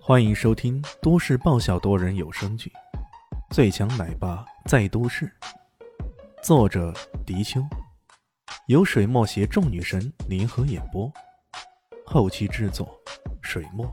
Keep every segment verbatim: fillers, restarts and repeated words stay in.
欢迎收听都市爆笑多人有声剧《最强奶爸在都市》，作者：迪秋，由水墨携众女神联合演播，后期制作：水墨。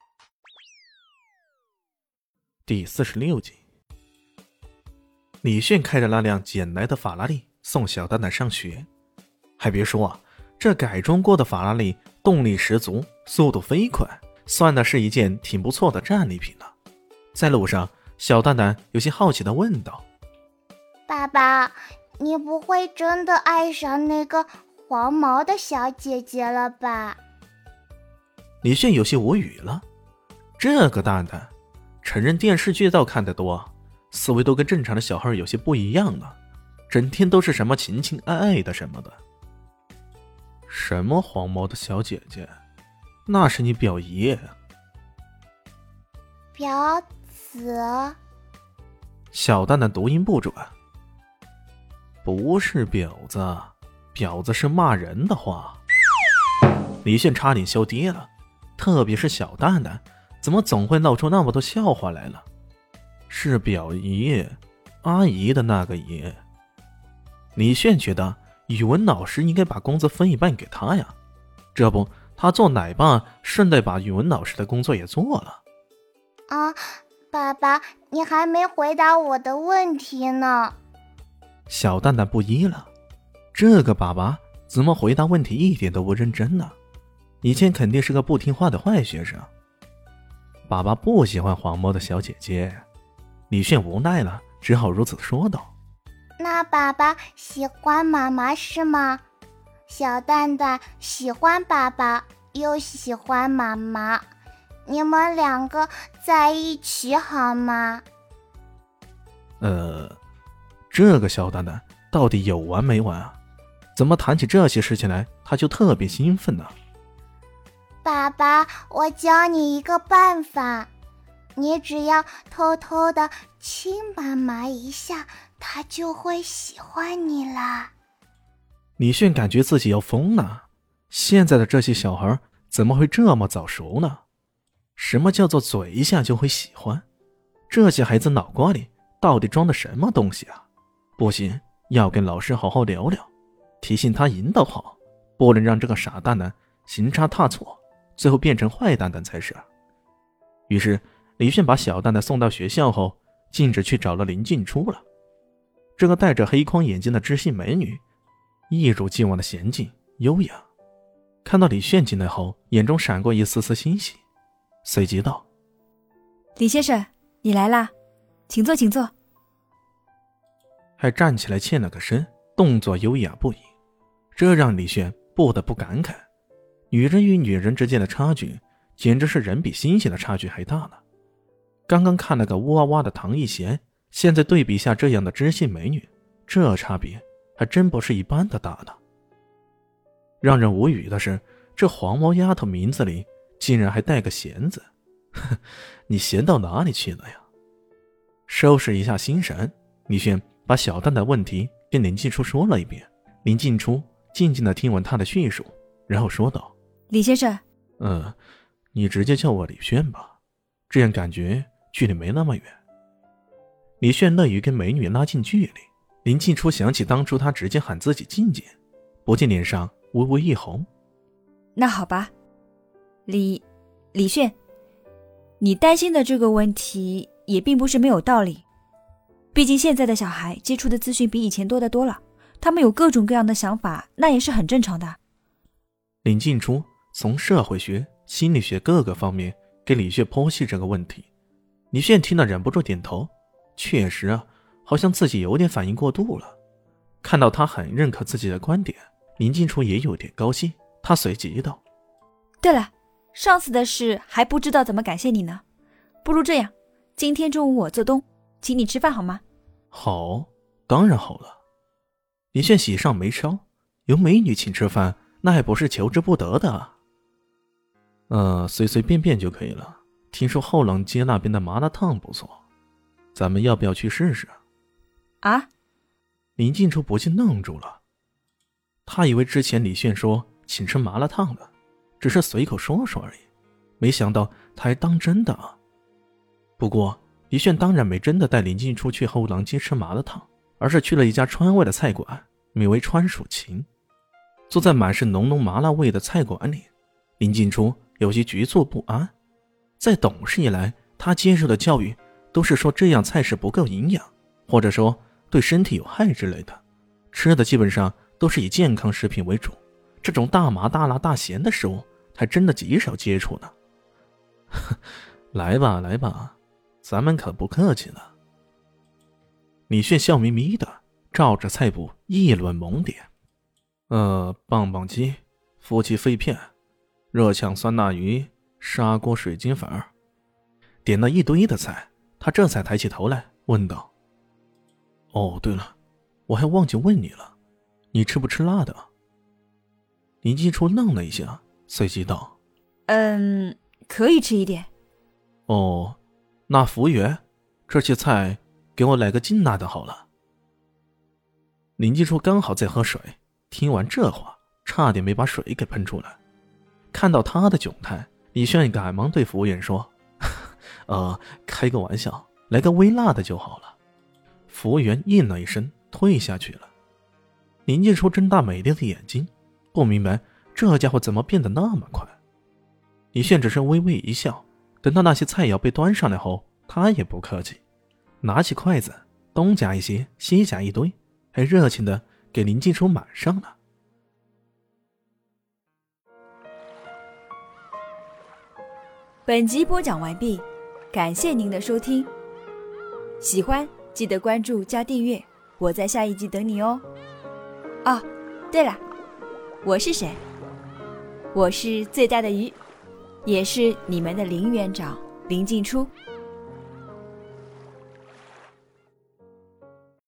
第四十六集，李炫开着那辆捡来的法拉利送小蛋蛋上学，还别说啊，这改装过的法拉利动力十足，速度飞快，算的是一件挺不错的战利品了。在路上，小蛋蛋有些好奇地问道： 爸爸，你不会真的爱上那个黄毛的小姐姐了吧？ 李炫有些无语了，这个蛋蛋承认电视剧倒看得多，思维都跟正常的小孩有些不一样了，整天都是什么情情爱爱的什么的。什么黄毛的小姐姐，那是你表姨。 表子？ 小蛋蛋读音不准。不是婊子，婊子是骂人的话。李炫差点笑跌了，特别是小蛋蛋怎么总会闹出那么多笑话来了。是表姨，阿姨的那个姨。李炫觉得语文老师应该把工资分一半给他呀，这不他做奶爸顺带把语文老师的工作也做了。 啊，爸爸，你还没回答我的问题呢。 小蛋蛋不依了，这个爸爸怎么回答问题一点都不认真呢？以前肯定是个不听话的坏学生。爸爸不喜欢黄毛的小姐姐。李炫无奈了，只好如此说道。 那爸爸喜欢妈妈是吗？小蛋蛋喜欢爸爸又喜欢妈妈，你们两个在一起好吗？ 呃，这个小蛋蛋到底有完没完啊？怎么谈起这些事情来他就特别兴奋呢？ 爸爸，我教你一个办法，你只要偷偷的亲妈妈一下，她就会喜欢你啦。 李炫感觉自己要疯了，现在的这些小孩怎么会这么早熟呢？什么叫做嘴一下就会喜欢？这些孩子脑瓜里到底装的什么东西啊？不行，要跟老师好好聊聊，提醒他引导好，不能让这个傻蛋蛋行差踏错，最后变成坏蛋蛋才是。于是李炫把小蛋蛋送到学校后，径直去找了林静初了。这个戴着黑框眼镜的知性美女，一如既往的娴静优雅，看到李炫进来后，眼中闪过一丝丝欣喜，随即道： 李先生，你来啦，请坐请坐。 还站起来欠了个身，动作优雅不已，这让李炫不得不感慨，女人与女人之间的差距简直是人比星星的差距还大呢。刚刚看了个乌哇哇的唐艺贤，现在对比下这样的知性美女，这差别还真不是一般的大呢。让人无语的是，这黄毛丫头名字里竟然还带个贤字，呵，你贤到哪里去了呀？收拾一下心神，李炫把小蛋的问题跟林静初说了一遍。林静初静静地听完他的叙述，然后说道： 李先生， 嗯，你直接叫我李炫吧，这样感觉距离没那么远。李炫乐于跟美女拉近距离，林静初想起当初他直接喊自己静静，不禁脸上微微一红。 那好吧，李李炫，你担心的这个问题也并不是没有道理，毕竟现在的小孩接触的资讯比以前多得多了，他们有各种各样的想法，那也是很正常的。 林静初从社会学、心理学各个方面给李炫剖析这个问题，李炫听了忍不住点头，确实啊，好像自己有点反应过度了。看到他很认可自己的观点，林静初也有点高兴，他随即道： 对了，上次的事还不知道怎么感谢你呢，不如这样，今天中午我做东，请你吃饭好吗？ 好，当然好了。李炫喜上眉梢，有美女请吃饭，那还不是求之不得的啊。呃，随随便便就可以了。听说后浪街那边的麻辣烫不错，咱们要不要去试试？ 啊？ 林静初不禁愣住了，他以为之前李炫说请吃麻辣烫的只是随口说说而已， 没想到他还当真的啊。不过李炫当然没真的带林静初去后廊街吃麻辣烫，而是去了一家川味的菜馆，名为川蜀情。坐在满是浓浓麻辣味的菜馆里，林静初有些局促不安。在懂事以来，他接受的教育都是说这样菜式不够营养，或者说对身体有害之类的，吃的基本上都是以健康食品为主，这种大麻大辣大咸的食物还真的极少接触呢。来吧来吧，咱们可不客气了。李炫笑眯眯的照着菜谱一轮猛点，呃，棒棒鸡、夫妻肺片、热炝酸辣鱼、砂锅水晶粉儿，点了一堆的菜，他这才抬起头来问道：哦，对了，我还忘记问你了，你吃不吃辣的？林静初愣了一下，随即道： 嗯，可以吃一点。 哦，那服务员，这些菜给我来个劲辣的好了。林静初刚好在喝水，听完这话差点没把水给喷出来。看到他的窘态，李炫赶忙对服务员说：呃，开个玩笑，来个微辣的就好了。服务员应了一声，退下去了。林静初睁大美丽的眼睛，不明白这家伙怎么变得那么快。李炫只是微微一笑，等到那些菜肴被端上来后，他也不客气，拿起筷子东夹一些西夹一堆，还热情地给林静初满上了。 本集播讲完毕，感谢您的收听。喜欢记得关注加订阅，我在下一集等你哦。哦，对了，我是谁？我是最大的鱼，也是你们的林园长林静初。